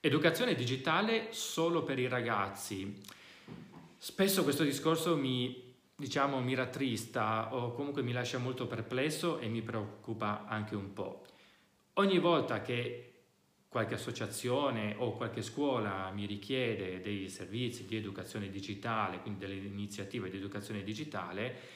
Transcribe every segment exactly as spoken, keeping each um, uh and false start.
Educazione digitale solo per i ragazzi. Spesso questo discorso mi, diciamo, mi rattrista o comunque mi lascia molto perplesso e mi preoccupa anche un po'. Ogni volta che qualche associazione o qualche scuola mi richiede dei servizi di educazione digitale, quindi delle iniziative di educazione digitale,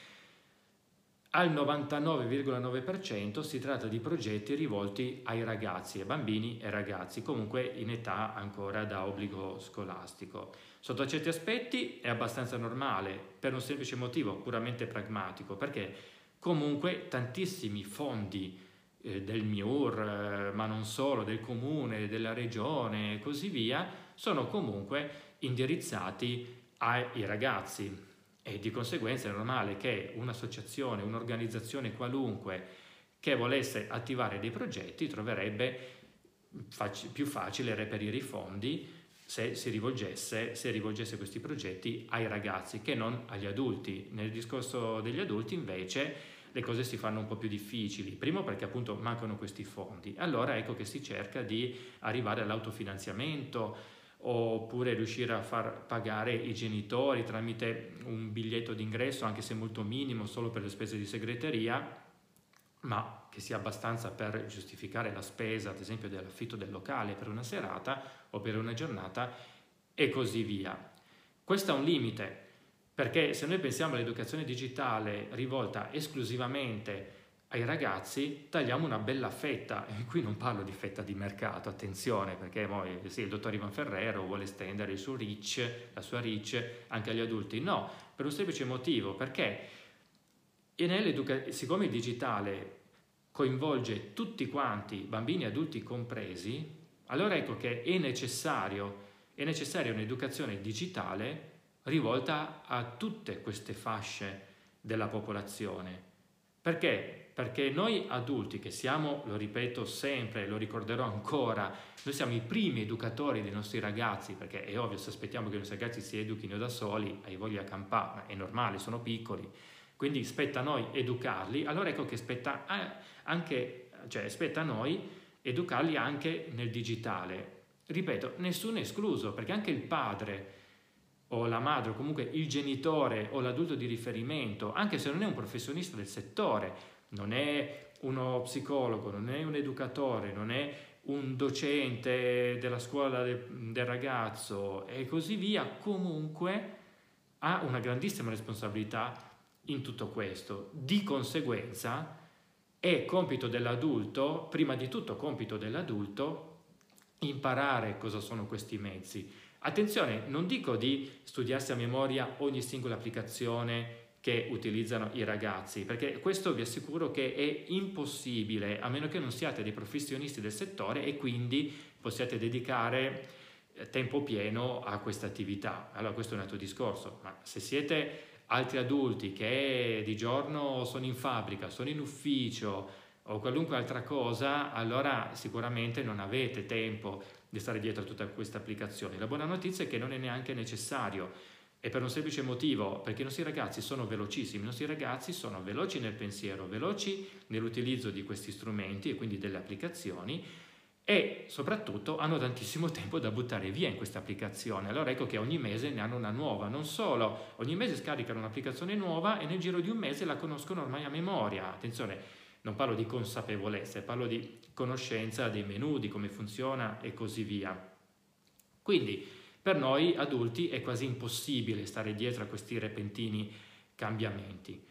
al novantanove virgola nove per cento si tratta di progetti rivolti ai ragazzi, ai bambini e ragazzi, comunque in età ancora da obbligo scolastico. Sotto certi aspetti è abbastanza normale, per un semplice motivo puramente pragmatico, perché comunque tantissimi fondi eh, del M I U R, eh, ma non solo, del comune, della regione e così via, sono comunque indirizzati ai ragazzi. E di conseguenza è normale che un'associazione, un'organizzazione qualunque che volesse attivare dei progetti troverebbe fac- più facile reperire i fondi se si rivolgesse, se rivolgesse questi progetti ai ragazzi che non agli adulti. Nel discorso degli adulti invece le cose si fanno un po' più difficili, primo perché appunto mancano questi fondi, allora ecco che si cerca di arrivare all'autofinanziamento oppure riuscire a far pagare i genitori tramite un biglietto d'ingresso, anche se molto minimo, solo per le spese di segreteria, ma che sia abbastanza per giustificare la spesa, ad esempio, dell'affitto del locale per una serata o per una giornata e così via. Questo è un limite, perché se noi pensiamo all'educazione digitale rivolta esclusivamente ai ragazzi, tagliamo una bella fetta, e qui non parlo di fetta di mercato, attenzione, perché poi sì, il dottor Ivan Ferrero vuole estendere il suo reach, la sua reach anche agli adulti, no, per un semplice motivo, perché siccome il digitale coinvolge tutti quanti, bambini e adulti compresi, allora ecco che è necessario, è necessaria un'educazione digitale rivolta a tutte queste fasce della popolazione. Perché? Perché noi adulti che siamo, lo ripeto sempre, lo ricorderò ancora, noi siamo i primi educatori dei nostri ragazzi, perché è ovvio, se aspettiamo che i nostri ragazzi si educhino da soli, hai voglia a campare, è normale, sono piccoli, quindi spetta a noi educarli, allora ecco che spetta anche, cioè spetta a noi educarli anche nel digitale. Ripeto, nessuno è escluso, perché anche il padre o la madre o comunque il genitore o l'adulto di riferimento, anche se non è un professionista del settore, non è uno psicologo, non è un educatore, non è un docente della scuola del, del ragazzo e così via, comunque ha una grandissima responsabilità in tutto questo. Di conseguenza è compito dell'adulto, prima di tutto compito dell'adulto, imparare cosa sono questi mezzi. Attenzione, non dico di studiarsi a memoria ogni singola applicazione che utilizzano i ragazzi, perché questo vi assicuro che è impossibile, a meno che non siate dei professionisti del settore e quindi possiate dedicare tempo pieno a questa attività. Allora questo è un altro discorso, ma se siete altri adulti che di giorno sono in fabbrica, sono in ufficio o qualunque altra cosa, allora sicuramente non avete tempo di stare dietro a tutte queste applicazioni. La buona notizia è che non è neanche necessario, e per un semplice motivo, perché i nostri ragazzi sono velocissimi, i nostri ragazzi sono veloci nel pensiero, veloci nell'utilizzo di questi strumenti e quindi delle applicazioni, e soprattutto hanno tantissimo tempo da buttare via in questa applicazione. Allora ecco che ogni mese ne hanno una nuova, non solo, ogni mese scaricano un'applicazione nuova e nel giro di un mese la conoscono ormai a memoria. Attenzione, non parlo di consapevolezza, parlo di conoscenza dei menu, di come funziona e così via. Quindi per noi adulti è quasi impossibile stare dietro a questi repentini cambiamenti,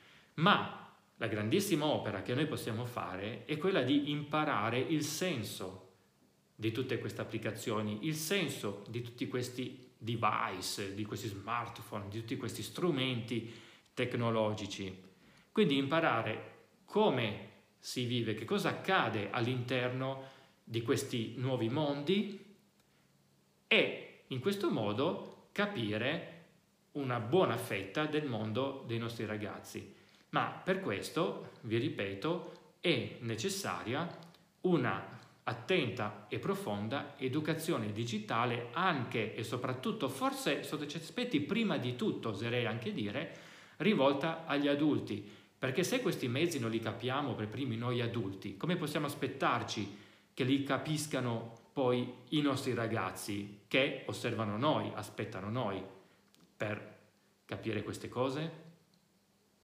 ma la grandissima opera che noi possiamo fare è quella di imparare il senso di tutte queste applicazioni, il senso di tutti questi device, di questi smartphone, di tutti questi strumenti tecnologici. Quindi imparare come si vive, che cosa accade all'interno di questi nuovi mondi e in questo modo capire una buona fetta del mondo dei nostri ragazzi. Ma per questo, vi ripeto, è necessaria una attenta e profonda educazione digitale anche e soprattutto, forse sotto certi aspetti, prima di tutto, oserei anche dire, rivolta agli adulti. Perché se questi mezzi non li capiamo per primi noi adulti, come possiamo aspettarci che li capiscano poi i nostri ragazzi che osservano noi, aspettano noi per capire queste cose?